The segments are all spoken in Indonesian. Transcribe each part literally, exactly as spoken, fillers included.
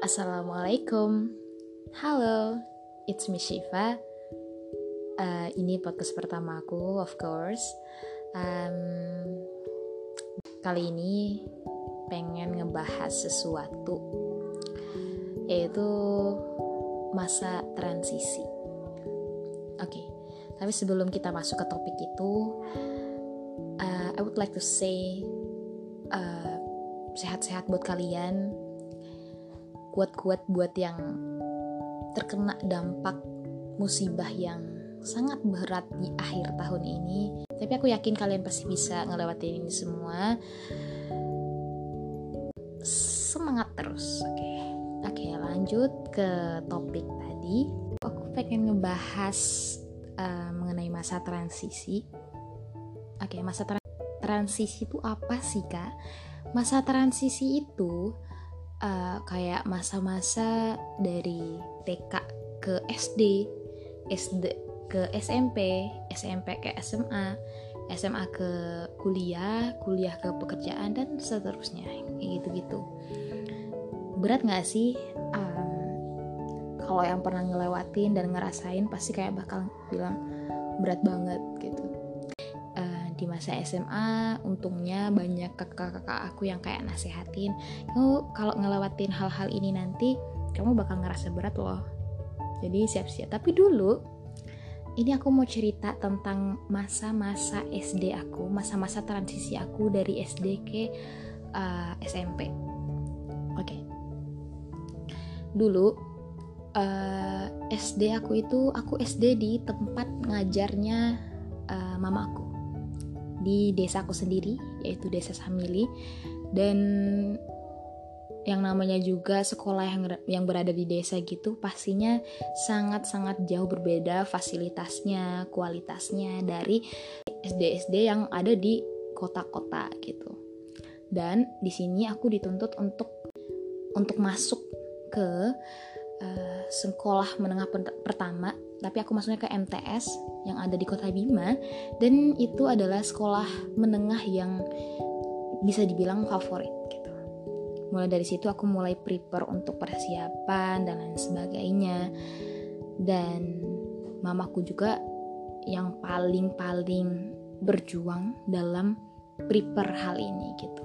Assalamualaikum. Halo, it's me Shiva. Uh, ini podcast pertama aku, of course. Um, kali ini pengen ngebahas sesuatu, yaitu masa transisi. Oke, okay. Tapi sebelum kita masuk ke topik itu, uh, I would like to say uh, sehat-sehat buat kalian, kuat-kuat buat yang terkena dampak musibah yang sangat berat di akhir tahun ini. Tapi aku yakin kalian pasti bisa ngelewatin ini semua. Semangat terus, oke. Okay. Oke, okay, lanjut ke topik tadi. Aku pengen ngebahas uh, mengenai masa transisi. Oke, okay, masa tra- transisi itu apa sih, Kak? Masa transisi itu uh, kayak masa-masa dari T K ke S D, S D ke S M P, S M P ke S M A, S M A ke kuliah, kuliah ke pekerjaan, dan seterusnya, kayak gitu-gitu. Berat gak sih? Um, kalau yang pernah ngelewatin dan ngerasain pasti kayak bakal bilang berat banget gitu. Uh, di masa S M A, untungnya banyak kakak-kakak aku yang kayak nasehatin, kamu kalau ngelewatin hal-hal ini nanti kamu bakal ngerasa berat loh. Jadi siap-siap. Tapi dulu ini aku mau cerita tentang masa-masa S D aku, masa-masa transisi aku dari S D ke uh, S M P. Oke. Okay. Dulu uh, S D aku itu, aku S D di tempat ngajarnya uh, mamaku di desaku sendiri, yaitu Desa Samili, dan yang namanya juga sekolah yang yang berada di desa gitu pastinya sangat-sangat jauh berbeda fasilitasnya, kualitasnya dari S D-S D yang ada di kota-kota gitu. Dan di sini aku dituntut untuk untuk masuk ke uh, sekolah menengah pertama, tapi aku masuknya ke M T S yang ada di Kota Bima, dan itu adalah sekolah menengah yang bisa dibilang favorit gitu. Mulai dari situ aku mulai prepare untuk persiapan dan lain sebagainya. Dan mamaku juga yang paling-paling berjuang dalam prepare hal ini gitu.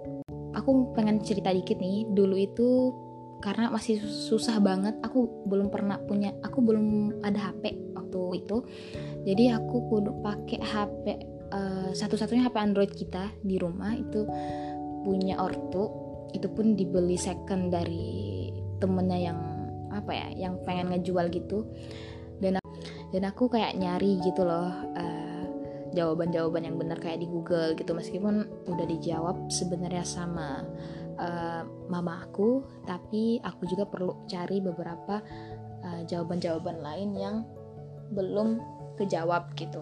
Aku pengen cerita dikit nih. Dulu itu karena masih susah banget, aku belum pernah punya, aku belum ada H P waktu itu. Jadi aku kudu pakai H P uh, satu-satunya H P Android kita di rumah itu punya ortu. Itu pun dibeli second dari temennya yang apa ya, yang pengen ngejual gitu. Dan dan aku kayak nyari gitu loh uh, jawaban-jawaban yang benar kayak di Google gitu, meskipun udah dijawab sebenarnya sama uh, mama aku, tapi aku juga perlu cari beberapa uh, jawaban-jawaban lain yang belum kejawab gitu.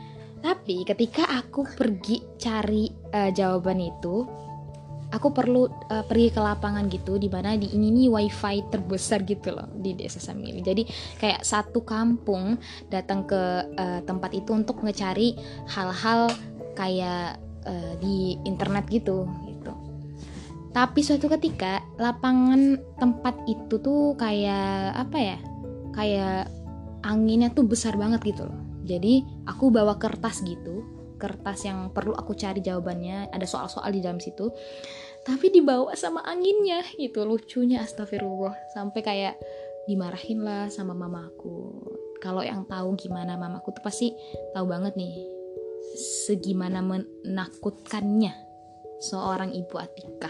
Tapi ketika aku pergi cari uh, jawaban itu, aku perlu uh, pergi ke lapangan gitu, di mana di ini nih wifi terbesar gitu loh di Desa Samili. Jadi kayak satu kampung datang ke uh, tempat itu untuk ngecari hal-hal kayak uh, di internet gitu gitu. Tapi suatu ketika lapangan tempat itu tuh kayak apa ya? Kayak anginnya tuh besar banget gitu loh. Jadi aku bawa kertas gitu, kertas yang perlu aku cari jawabannya, ada soal-soal di dalam situ, tapi dibawa sama anginnya gitu. Lucunya astagfirullah, sampai kayak dimarahin lah sama mamaku. Kalau yang tahu gimana mamaku tuh pasti tahu banget nih segimana menakutkannya seorang ibu Atikah.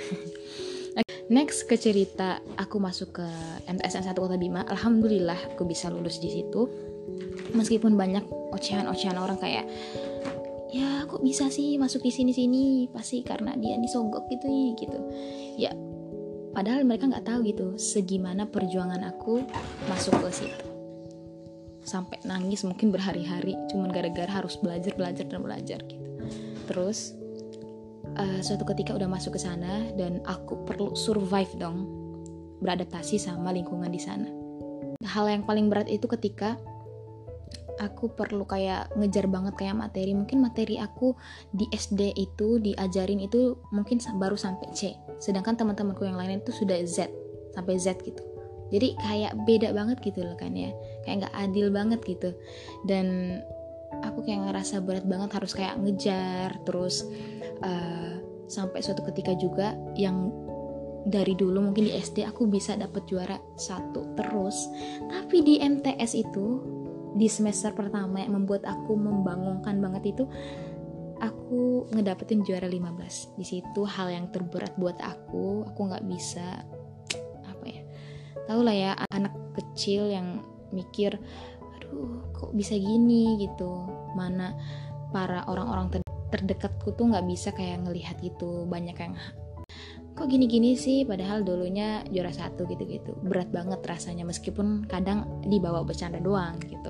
Next ke cerita aku masuk ke M T S N satu Kota Bima. Alhamdulillah aku bisa lulus di situ, meskipun banyak ocehan-ocehan orang kayak, ya kok bisa sih masuk di sini-sini, pasti karena dia disogok gitu nih gitu. Ya padahal mereka nggak tahu gitu segimana perjuangan aku masuk ke situ, sampai nangis mungkin berhari-hari cuman gara-gara harus belajar belajar dan belajar gitu. Terus uh, suatu ketika udah masuk ke sana dan aku perlu survive dong, beradaptasi sama lingkungan di sana. Hal yang paling berat itu ketika aku perlu kayak ngejar banget kayak materi. Mungkin materi aku di S D itu diajarin itu mungkin baru sampai C, sedangkan teman-temanku yang lain itu sudah Z sampai Z gitu. Jadi kayak beda banget gitu loh kan ya, kayak nggak adil banget gitu. Dan aku kayak ngerasa berat banget harus kayak ngejar terus, uh, sampai suatu ketika juga yang dari dulu mungkin di S D aku bisa dapet juara satu terus, tapi di M T S itu di semester pertama yang membuat aku membangunkan banget itu, aku ngedapetin juara lima belas. Di situ hal yang terberat buat aku, aku nggak bisa apa ya, tahu lah ya anak kecil yang mikir, aduh kok bisa gini gitu, mana para orang-orang ter- terdekatku tuh nggak bisa kayak ngelihat gitu, banyak yang kok gini-gini sih, padahal dulunya juara satu gitu-gitu. Berat banget rasanya, meskipun kadang dibawa bercanda doang gitu.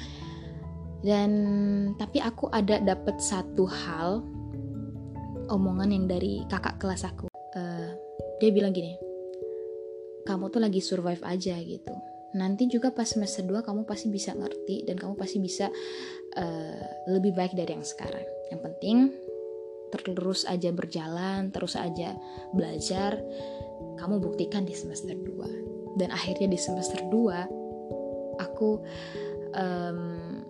Dan tapi aku ada dapet satu hal omongan yang dari kakak kelas aku. Uh, dia bilang gini, kamu tuh lagi survive aja gitu. Nanti juga pas semester dua kamu pasti bisa ngerti dan kamu pasti bisa uh, lebih baik dari yang sekarang. Yang penting terus aja berjalan, terus aja belajar. Kamu buktikan di semester dua. Dan akhirnya di semester dua aku um,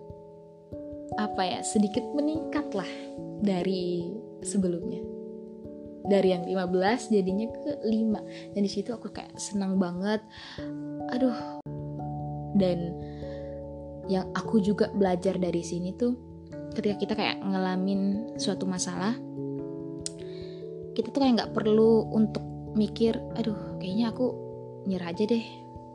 apa ya, sedikit meningkat lah dari sebelumnya. Dari yang lima belas jadinya ke lima. Dan di situ aku kayak senang banget. Aduh. Dan yang aku juga belajar dari sini tuh, ketika kita kayak ngalamin suatu masalah, kita tuh kayak nggak perlu untuk mikir, aduh kayaknya aku nyerah aja deh.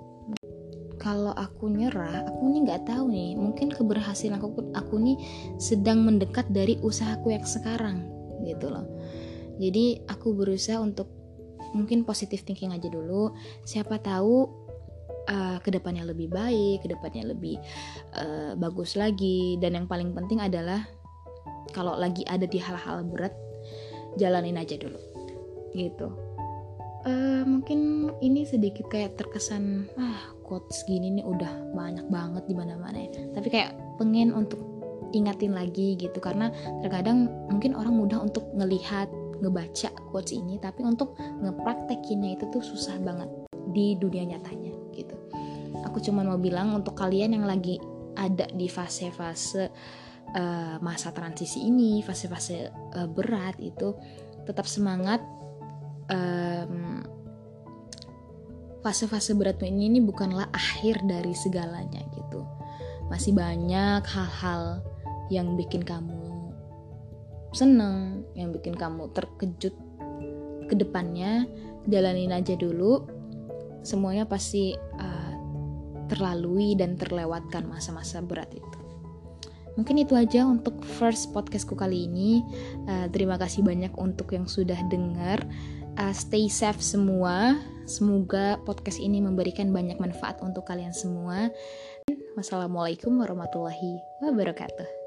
Kalau aku nyerah, aku nih nggak tahu nih, mungkin keberhasilan aku aku nih sedang mendekat dari usahaku yang sekarang gitu loh. Jadi aku berusaha untuk mungkin positive thinking aja dulu. Siapa tahu uh, kedepannya lebih baik, kedepannya lebih uh, bagus lagi. Dan yang paling penting adalah kalau lagi ada di hal-hal berat, jalanin aja dulu gitu. Uh, mungkin ini sedikit kayak terkesan ah quotes gini nih udah banyak banget di mana-mana ya. Tapi kayak pengen untuk ingatin lagi gitu, karena terkadang mungkin orang mudah untuk ngelihat, ngebaca quotes ini, tapi untuk ngepraktekinnya itu tuh susah banget di dunia nyatanya gitu. Aku cuma mau bilang untuk kalian yang lagi ada di fase-fase uh, masa transisi ini, fase-fase uh, berat itu, tetap semangat. Um, fase-fase beratmu ini, ini bukanlah akhir dari segalanya gitu. Masih banyak hal-hal yang bikin kamu seneng, yang bikin kamu terkejut ke depannya. Jalanin aja dulu, semuanya pasti uh, terlalui dan terlewatkan masa-masa berat itu. Mungkin itu aja untuk first podcastku kali ini. Uh, terima kasih banyak untuk yang sudah dengar. Uh, stay safe semua. Semoga podcast ini memberikan banyak manfaat untuk kalian semua. Wassalamualaikum warahmatullahi wabarakatuh.